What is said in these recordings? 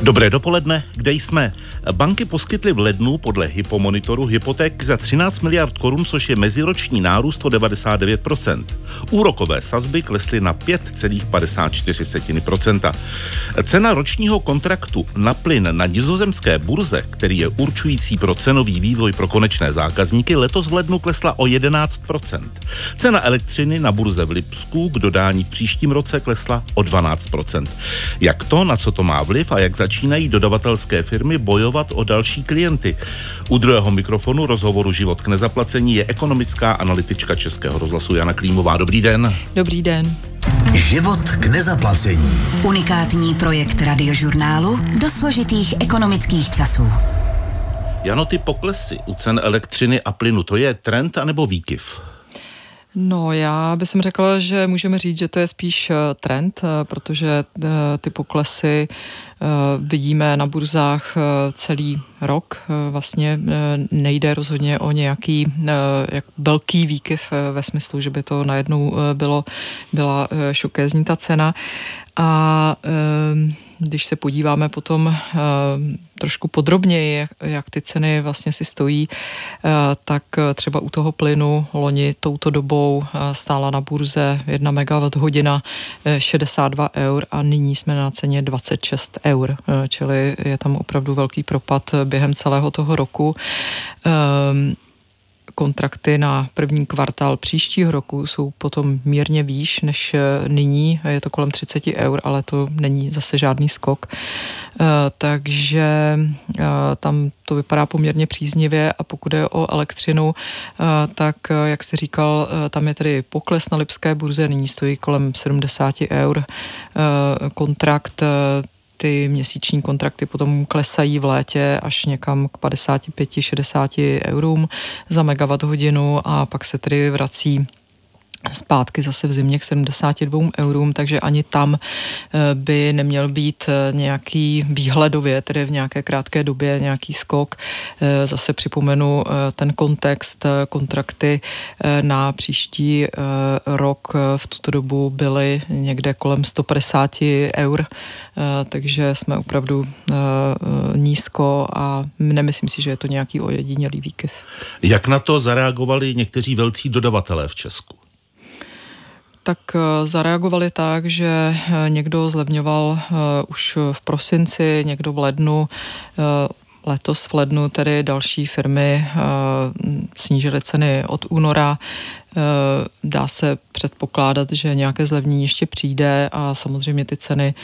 Dobré dopoledne, kde jsme? Banky poskytly v lednu podle Hypomonitoru hypotéky za 13 miliard korun, což je meziroční nárůst o 99%. Úrokové sazby klesly na 5,54%. Cena ročního kontraktu na plyn na nizozemské burze, který je určující pro cenový vývoj pro konečné zákazníky, letos v lednu klesla o 11%. Cena elektřiny na burze v Lipsku k dodání v příštím roce klesla o 12%. Jak to, na co to má vliv a jak začínají dodavatelské firmy bojovat o další klienty? U druhého mikrofonu rozhovoru Život k nezaplacení je ekonomická analytička Českého rozhlasu Jana Klímová. Dobrý den. Dobrý den. Život k nezaplacení. Unikátní projekt Radiožurnálu do složitých ekonomických časů. Jano, ty poklesy u cen elektřiny a plynu, to je trend anebo výkyv? No, já bych řekla, že můžeme říct, že to je spíš trend, protože ty poklesy vidíme na burzách celý rok. Vlastně nejde rozhodně o nějaký velký výkyv ve smyslu, že by to najednou byla šokézní ta cena. A když se podíváme potom trošku podrobněji, jak ty ceny vlastně si stojí, tak třeba u toho plynu loni touto dobou stála na burze 1 MWh 62 eur a nyní jsme na ceně 26 eur, čili je tam opravdu velký propad během celého toho roku. Kontrakty na první kvartál příštího roku jsou potom mírně výš než nyní, je to kolem 30 eur, ale to není zase žádný skok. Takže tam to vypadá poměrně příznivě a pokud je o elektřinu, tak jak jsi říkal, tam je tedy pokles na lipské burze, nyní stojí kolem 70 eur kontrakt. Ty měsíční kontrakty potom klesají v létě až někam k 55-60 eurům za megawatthodinu a pak se tedy vrací zpátky zase v zimě k 72 eurům, takže ani tam by neměl být nějaký výhledově, tedy v nějaké krátké době nějaký skok. Zase připomenu ten kontext, kontrakty na příští rok v tuto dobu byly někde kolem 150 eur, takže jsme opravdu nízko a nemyslím si, že je to nějaký ojedinělý výkyv. Jak na to zareagovali někteří velcí dodavatelé v Česku? Tak zareagovali tak, že někdo zlevňoval už v prosinci, někdo v lednu. Letos v lednu tedy další firmy snížily ceny od února. Dá se předpokládat, že nějaké zlevnění ještě přijde a samozřejmě ty ceny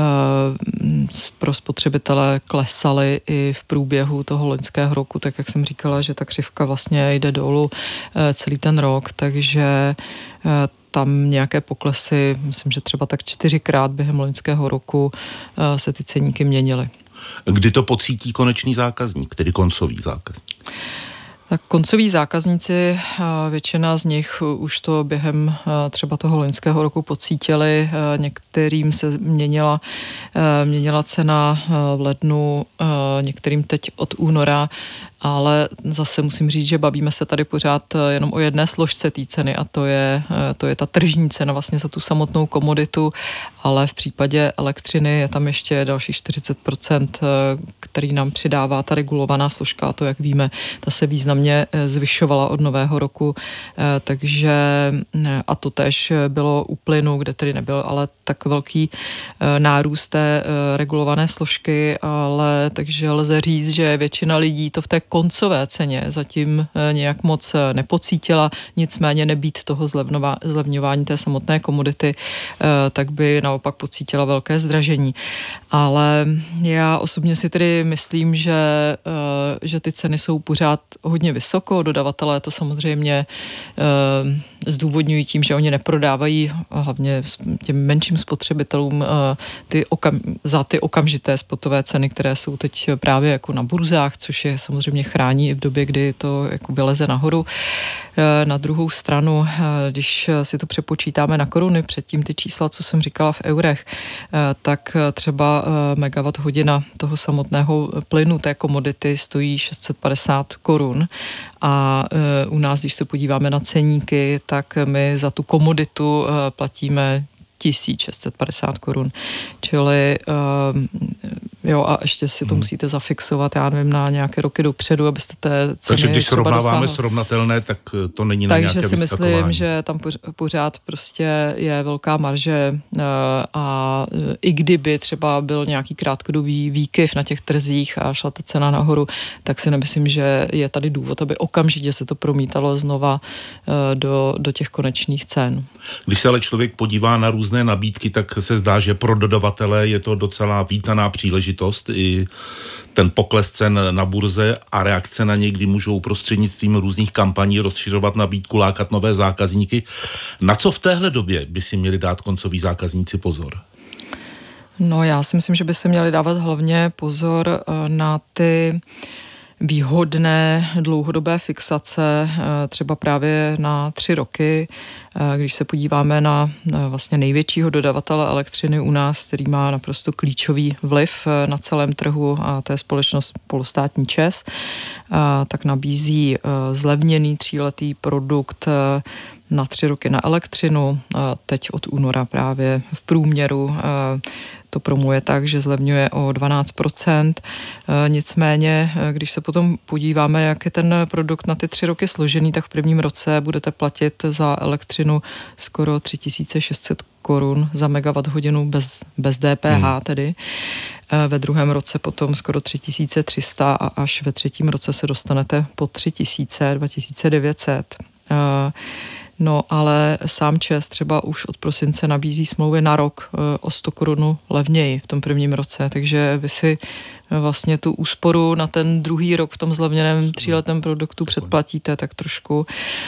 pro spotřebitele klesaly i v průběhu toho loňského roku, tak jak jsem říkala, že ta křivka vlastně jde dolů celý ten rok, takže tam nějaké poklesy, myslím, že třeba tak 4krát během loňského roku se ty ceníky měnily. Kdy to pocítí konečný zákazník, tedy koncový zákazník? Tak koncoví zákazníci, většina z nich už to během třeba toho loňského roku pocítili, některým se měnila cena v lednu, některým teď od února, ale zase musím říct, že bavíme se tady pořád jenom o jedné složce té ceny a to je ta tržní cena vlastně za tu samotnou komoditu, ale v případě elektřiny je tam ještě další 40%, který nám přidává ta regulovaná složka a to, jak víme, ta se významně zvyšovala od nového roku, takže a to též bylo u plynu, kde tedy nebyl ale tak velký nárůst té regulované složky, ale takže lze říct, že většina lidí to v té koncové ceně zatím nějak moc nepocítila, nicméně nebýt toho zlevňování té samotné komodity, tak by naopak pocítila velké zdražení. Ale já osobně si tedy myslím, že ty ceny jsou pořád hodně vysoko, dodavatelé to samozřejmě zdůvodňují tím, že oni neprodávají hlavně těm menším spotřebitelům za ty okamžité spotové ceny, které jsou teď právě jako na burzách, což je samozřejmě chrání i v době, kdy to jako vyleze nahoru. Na druhou stranu, když si to přepočítáme na koruny, předtím ty čísla, co jsem říkala v eurech, tak třeba megawatt hodina toho samotného plynu té komodity stojí 650 korun a u nás, když se podíváme na ceníky, tak my za tu komoditu platíme 1650 korun. Čili Jo, a ještě si to musíte zafixovat, já nevím, na nějaké roky dopředu, abyste té ceny Takže když třeba srovnáváme srovnatelné, tak to není na nějaké vyskakování. Takže si myslím, že tam pořád prostě je velká marže a i kdyby třeba byl nějaký krátkodobý výkyv na těch trzích a šla ta cena nahoru, tak si nemyslím, že je tady důvod, aby okamžitě se to promítalo znova do těch konečných cen. Když se ale člověk podívá na různé nabídky, tak se zdá, že pro dodavatele je to docela vítaná příležitost i ten pokles cen na burze a reakce na něj, kdy můžou prostřednictvím různých kampaní rozšiřovat nabídku, lákat nové zákazníky. Na co v téhle době by si měli dát koncoví zákazníci pozor? No, já si myslím, že by se měli dávat hlavně pozor na ty výhodné dlouhodobé fixace, třeba právě na 3 roky. Když se podíváme na vlastně největšího dodavatele elektřiny u nás, který má naprosto klíčový vliv na celém trhu, a to je společnost polostátní ČEZ, tak nabízí zlevněný 3letý produkt na 3 roky na elektřinu. Teď od února právě v průměru to promuje tak, že zlevňuje o 12%. Nicméně, když se potom podíváme, jak je ten produkt na ty 3 roky složený, tak v prvním roce budete platit za elektřinu skoro 3600 korun za megawatt hodinu bez DPH tedy. Ve druhém roce potom skoro 3300 a až ve třetím roce se dostanete po 2900. No, ale sám ČEZ třeba už od prosince nabízí smlouvy na rok o 100 korun levněji v tom prvním roce, takže vy si vlastně tu úsporu na ten druhý rok v tom zlevněném 3letém produktu předplatíte tak trošku.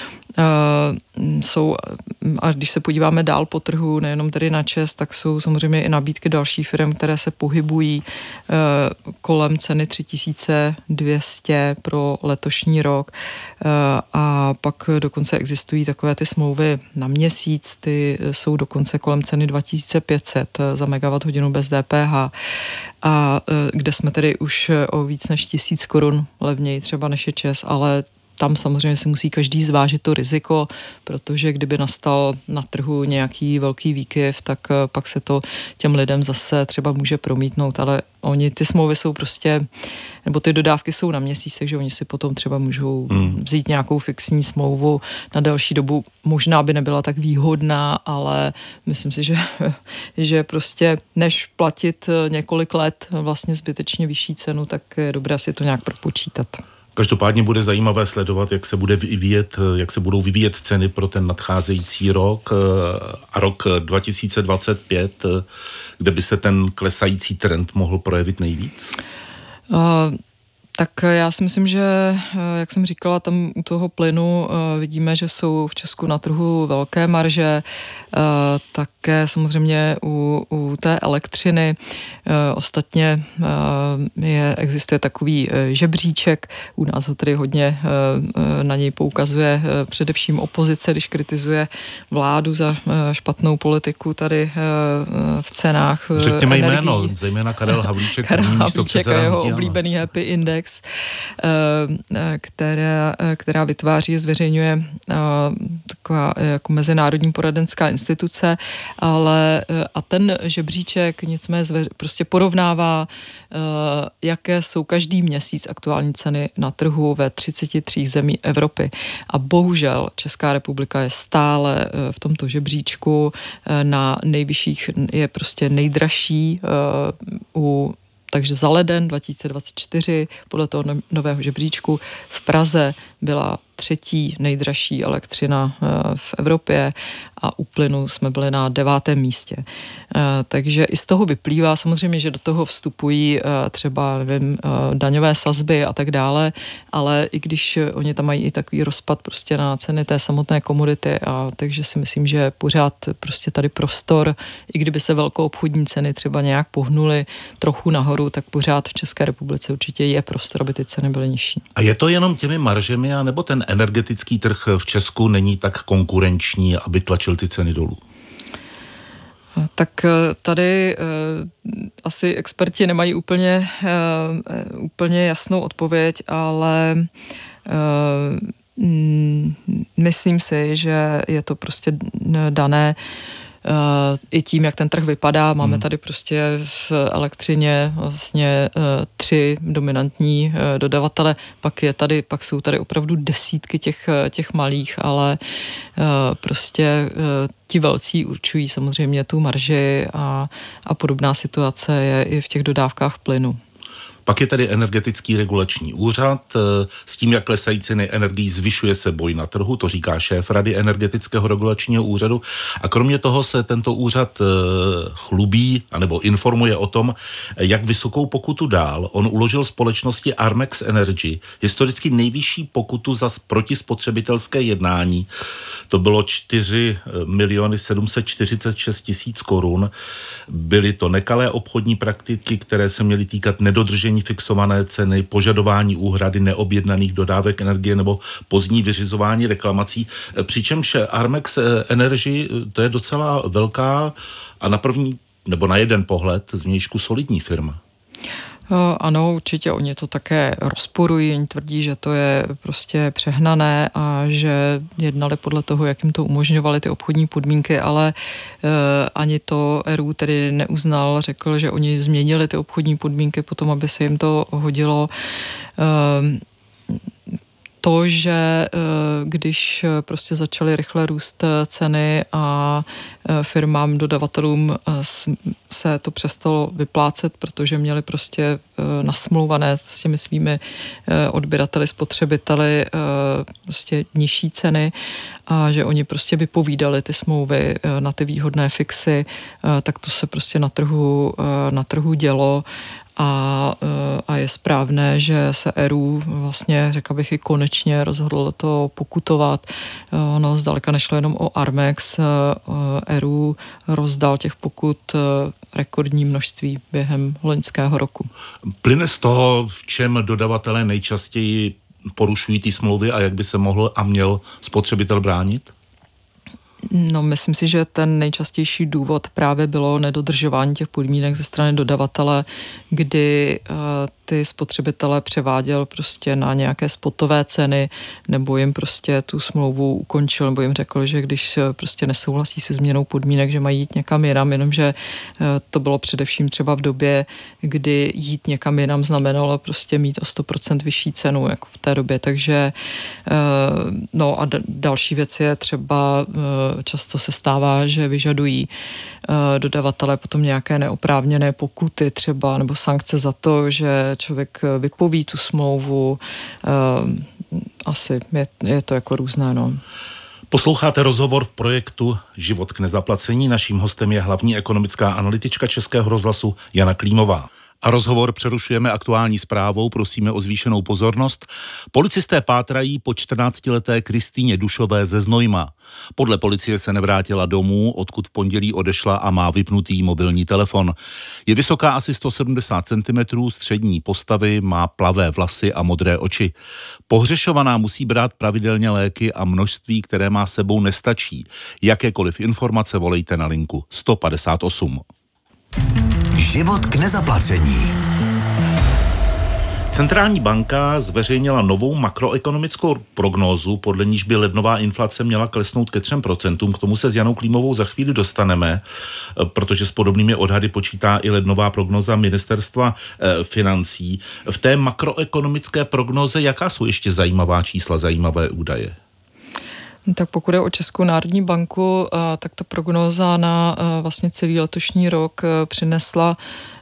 A když se podíváme dál po trhu, nejenom tedy na ČEZ, tak jsou samozřejmě i nabídky dalších firm, které se pohybují kolem ceny 3200 pro letošní rok. A pak dokonce existují takové ty smlouvy na měsíc, ty jsou dokonce kolem ceny 2500 za megawatt hodinu bez DPH. A kde jsme tedy už o víc než 1000 korun levněji třeba než je ČEZ, ale tam samozřejmě si musí každý zvážit to riziko, protože kdyby nastal na trhu nějaký velký výkyv, tak pak se to těm lidem zase třeba může promítnout, ale ty smlouvy jsou prostě, nebo ty dodávky jsou na měsíc, takže oni si potom třeba můžou vzít nějakou fixní smlouvu na delší dobu. Možná by nebyla tak výhodná, ale myslím si, že prostě než platit několik let vlastně zbytečně vyšší cenu, tak je dobré si to nějak propočítat. Každopádně bude zajímavé sledovat, jak se budou vyvíjet ceny pro ten nadcházející rok a rok 2025, kde by se ten klesající trend mohl projevit nejvíc? Tak já si myslím, že, jak jsem říkala, tam u toho plynu vidíme, že jsou v Česku na trhu velké marže, také samozřejmě u té elektřiny. Ostatně existuje takový žebříček, u nás ho tedy hodně na něj poukazuje především opozice, když kritizuje vládu za špatnou politiku tady v cenách energií. Řekněme jméno, zejména Karel Havlíček, a jeho oblíbený Happy Index, která vytváří, zveřejňuje taková jako mezinárodní poradenská instituce, ale a ten žebříček nicméně prostě porovnává, jaké jsou každý měsíc aktuální ceny na trhu ve 33 zemí Evropy. A bohužel Česká republika je stále v tomto žebříčku na nejvyšších, je prostě nejdražší takže za leden 2024 podle toho nového žebříčku v Praze byla 3. nejdražší elektřina v Evropě a u plynu jsme byli na 9. místě. Takže i z toho vyplývá samozřejmě, že do toho vstupují třeba daňové sazby a tak dále, ale i když oni tam mají i takový rozpad prostě na ceny té samotné komodity, a takže si myslím, že pořád prostě tady prostor, i kdyby se velkoobchodní ceny třeba nějak pohnuly trochu nahoru, tak pořád v České republice určitě je prostor, aby ty ceny byly nižší. A je to jenom těmi maržemi, anebo ten energetický trh v Česku není tak konkurenční, aby tlačil ty ceny dolů? Tak tady asi experti nemají úplně jasnou odpověď, ale myslím si, že je to prostě dané i tím, jak ten trh vypadá, máme tady prostě v elektřině vlastně 3 dominantní dodavatele, pak jsou tady opravdu desítky těch malých, ale prostě ti velcí určují samozřejmě tu marži a podobná situace je i v těch dodávkách plynu. Pak je tady Energetický regulační úřad. S tím, jak klesají ceny energií, zvyšuje se boj na trhu, to říká šéf Rady Energetického regulačního úřadu. A kromě toho se tento úřad chlubí, anebo informuje o tom, jak vysokou pokutu dál. On uložil společnosti Armex Energy historicky nejvyšší pokutu za protispotřebitelské jednání. To bylo 4 746 000 korun. Byly to nekalé obchodní praktiky, které se měly týkat nedodržení fixované ceny, požadování úhrady neobjednaných dodávek energie nebo pozdní vyřizování reklamací. Přičemž Armex Energy, to je docela velká a na první nebo na jeden pohled zvnějšku solidní firma. Ano, určitě oni to také rozporují, oni tvrdí, že to je prostě přehnané a že jednali podle toho, jak jim to umožňovaly ty obchodní podmínky, ale ani to ERÚ tedy neuznal, řekl, že oni změnili ty obchodní podmínky potom, aby se jim to hodilo. To, že když prostě začaly rychle růst ceny a firmám, dodavatelům se to přestalo vyplácet, protože měli prostě nasmlouvané s těmi svými odběrateli, spotřebiteli prostě nižší ceny a že oni prostě vypovídali ty smlouvy na ty výhodné fixy, tak to se prostě na trhu dělo. A je správné, že se ERÚ vlastně, řekla bych, i konečně rozhodl to pokutovat. Ono zdaleka nešlo jenom o Armex. ERÚ rozdal těch pokut rekordní množství během loňského roku. Plyne z toho, v čem dodavatelé nejčastěji porušují ty smlouvy a jak by se mohl a měl spotřebitel bránit? No, myslím si, že ten nejčastější důvod právě bylo nedodržování těch podmínek ze strany dodavatele, kdy ty spotřebitele převáděl prostě na nějaké spotové ceny, nebo jim prostě tu smlouvu ukončil, nebo jim řekl, že když prostě nesouhlasí se změnou podmínek, že mají jít někam jinam, jenomže to bylo především třeba v době, kdy jít někam jinam znamenalo prostě mít o 100% vyšší cenu, jako v té době, takže no a další věc je třeba, často se stává, že vyžadují dodavatelé potom nějaké neoprávněné pokuty třeba, nebo sankce za to, že člověk vypoví tu smlouvu. Asi je to jako různé, no. Posloucháte rozhovor v projektu Život k nezaplacení. Naším hostem je hlavní ekonomická analytička Českého rozhlasu Jana Klímová. A rozhovor přerušujeme aktuální zprávou, prosíme o zvýšenou pozornost. Policisté pátrají po 14leté Kristýně Dušové ze Znojma. Podle policie se nevrátila domů, odkud v pondělí odešla a má vypnutý mobilní telefon. Je vysoká asi 170 cm, střední postavy, má plavé vlasy a modré oči. Pohřešovaná musí brát pravidelně léky a množství, které má sebou, nestačí. Jakékoliv informace volejte na linku 158. Život k nezaplacení. Centrální banka zveřejnila novou makroekonomickou prognózu, podle níž by lednová inflace měla klesnout ke 3%. K tomu se s Janou Klímovou za chvíli dostaneme, protože s podobnými odhady počítá i lednová prognóza ministerstva financí. V té makroekonomické prognóze jaká jsou ještě zajímavá čísla, zajímavé údaje? Tak pokud je o Českou národní banku, tak ta prognóza na vlastně celý letošní rok přinesla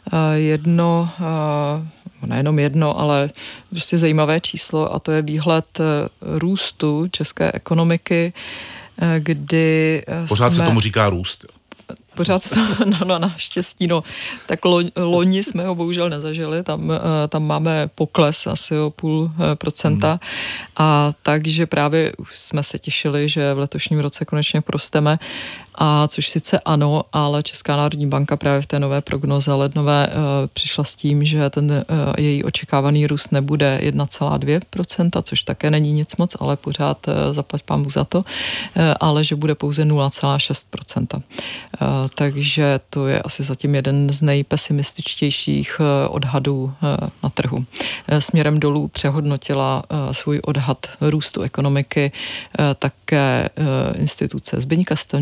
nejenom jedno, ale prostě zajímavé číslo, a to je výhled růstu české ekonomiky, kdy pořád se tomu říká růst. Pořád to, no naštěstí, no. Tak loni jsme ho bohužel nezažili, tam máme pokles asi o 0,5%. A takže právě už jsme se těšili, že v letošním roce konečně porosteme. A což sice ano, ale Česká národní banka právě v té nové prognoze lednové přišla s tím, že ten její očekávaný růst nebude 1,2%, což také není nic moc, ale pořád zaplať pánbůh za to, ale že bude pouze 0,6%. Takže to je asi zatím jeden z nejpesimističtějších odhadů na trhu. Směrem dolů přehodnotila svůj odhad růstu ekonomiky také instituce Zbyňka Stanjury, to znamená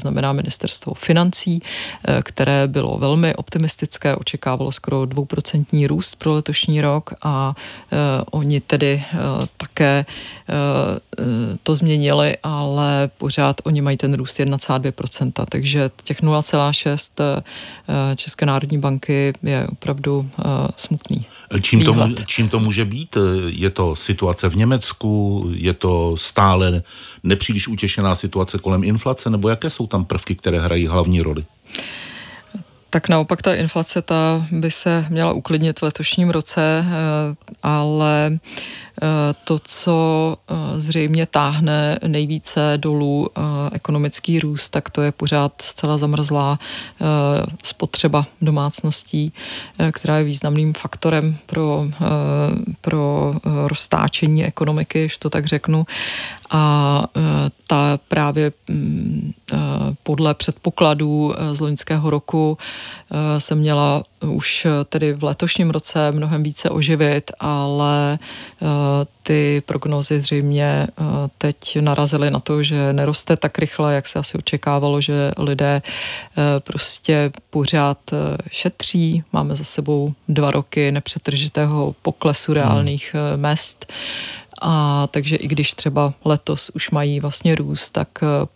znamená ministerstvo financí, které bylo velmi optimistické, očekávalo skoro 2% růst pro letošní rok a oni tedy také to změnili, ale pořád oni mají ten růst 1,2%, takže těch 0,6 České národní banky je opravdu smutný. Čím to může být? Je to situace v Německu, je to stále nepříliš utěšená situace kolem inflace, nebo jaké jsou tam prvky, které hrají hlavní roli? Tak naopak ta inflace by se měla uklidnit v letošním roce, ale to, co zřejmě táhne nejvíce dolů ekonomický růst, tak to je pořád zcela zamrzlá spotřeba domácností, která je významným faktorem pro roztáčení ekonomiky, když to tak řeknu. A ta právě podle předpokladů z loňského roku se měla už tedy v letošním roce mnohem více oživit, ale ty prognózy zřejmě teď narazily na to, že neroste tak rychle, jak se asi očekávalo, že lidé prostě pořád šetří. Máme za sebou 2 roky nepřetržitého poklesu reálných mezd. A takže i když třeba letos už mají vlastně růst, tak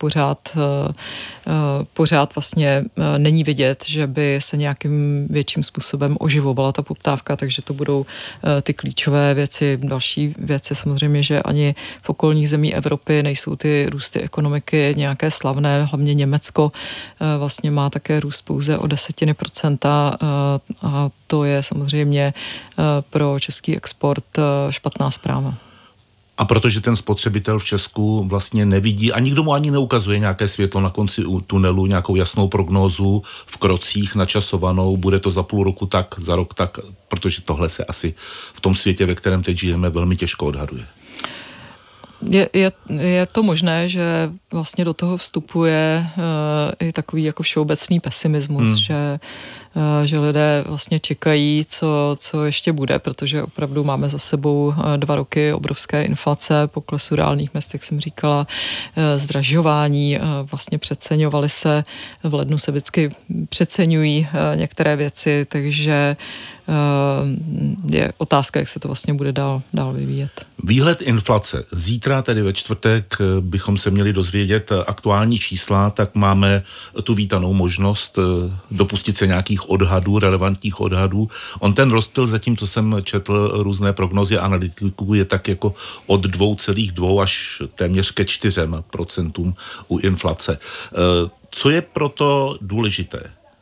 pořád vlastně není vidět, že by se nějakým větším způsobem oživovala ta poptávka, takže to budou ty klíčové věci. Další věci samozřejmě, že ani v okolních zemí Evropy nejsou ty růsty ekonomiky nějaké slavné, hlavně Německo vlastně má také růst pouze o 0,1% a to je samozřejmě pro český export špatná zpráva. A protože ten spotřebitel v Česku vlastně nevidí a nikdo mu ani neukazuje nějaké světlo na konci tunelu, nějakou jasnou prognózu v krocích načasovanou, bude to za půl roku tak, za rok tak, protože tohle se asi v tom světě, ve kterém teď žijeme, velmi těžko odhaduje. Je to možné, že vlastně do toho vstupuje i takový jako všeobecný pesimismus, že lidé vlastně čekají, co ještě bude, protože opravdu máme za sebou 2 roky obrovské inflace, poklesu reálných mezd, jak jsem říkala, zdražování, vlastně přeceňovaly se, v lednu se vždycky přeceňují některé věci, takže je otázka, jak se to vlastně bude dál vyvíjet. Výhled inflace. Zítra, tedy ve čtvrtek, bychom se měli dozvědět aktuální čísla, tak máme tu vítanou možnost dopustit se nějakých odhadů, relevantních odhadů. On ten rozptyl, zatím, co jsem četl různé prognózy analytiků, je tak jako od 2,2 až téměř ke 4% u inflace. Co je proto důležité?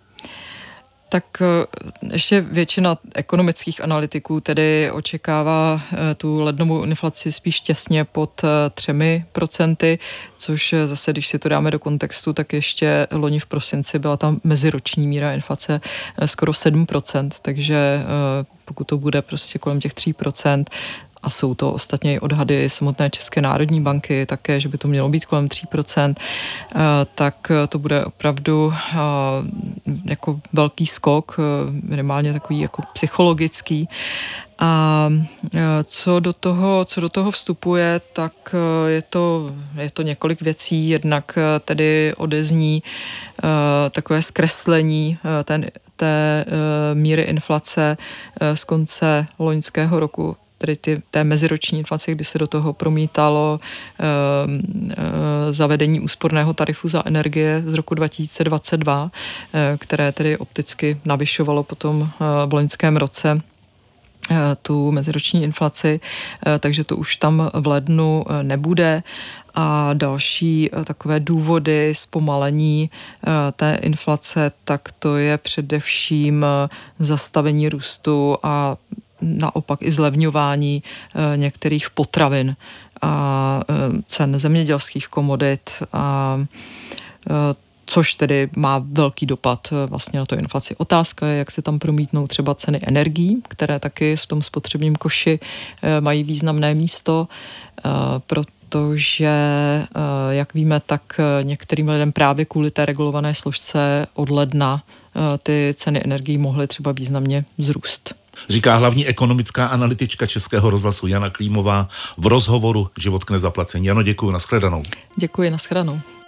Tak ještě většina ekonomických analytiků tedy očekává tu lednovou inflaci spíš těsně pod 3%, což zase, když si to dáme do kontextu, tak ještě loni v prosinci byla tam meziroční míra inflace skoro 7%, takže pokud to bude prostě kolem těch 3%, a jsou to ostatně i odhady samotné České národní banky také, že by to mělo být kolem 3%, tak to bude opravdu jako velký skok, minimálně takový jako psychologický. A co do toho vstupuje, tak je to několik věcí, jednak tedy odezní takové zkreslení té míry inflace z konce loňského roku, tedy té meziroční inflace, kdy se do toho promítalo zavedení úsporného tarifu za energie z roku 2022, které tedy opticky navyšovalo potom v loňském roce tu meziroční inflaci, takže to už tam v lednu nebude. A další takové důvody zpomalení té inflace, tak to je především zastavení růstu a naopak i zlevňování některých potravin a cen zemědělských komodit, což tedy má velký dopad vlastně na tu inflaci. Otázka je, jak se tam promítnou třeba ceny energií, které taky v tom spotřebním koši mají významné místo, protože, jak víme, tak některým lidem právě kvůli té regulované složce od ledna ty ceny energií mohly třeba významně vzrůst. Říká hlavní ekonomická analytička Českého rozhlasu Jana Klímová v rozhovoru Život k nezaplacení. Jano, děkuji, nashledanou. Děkuji, nashledanou.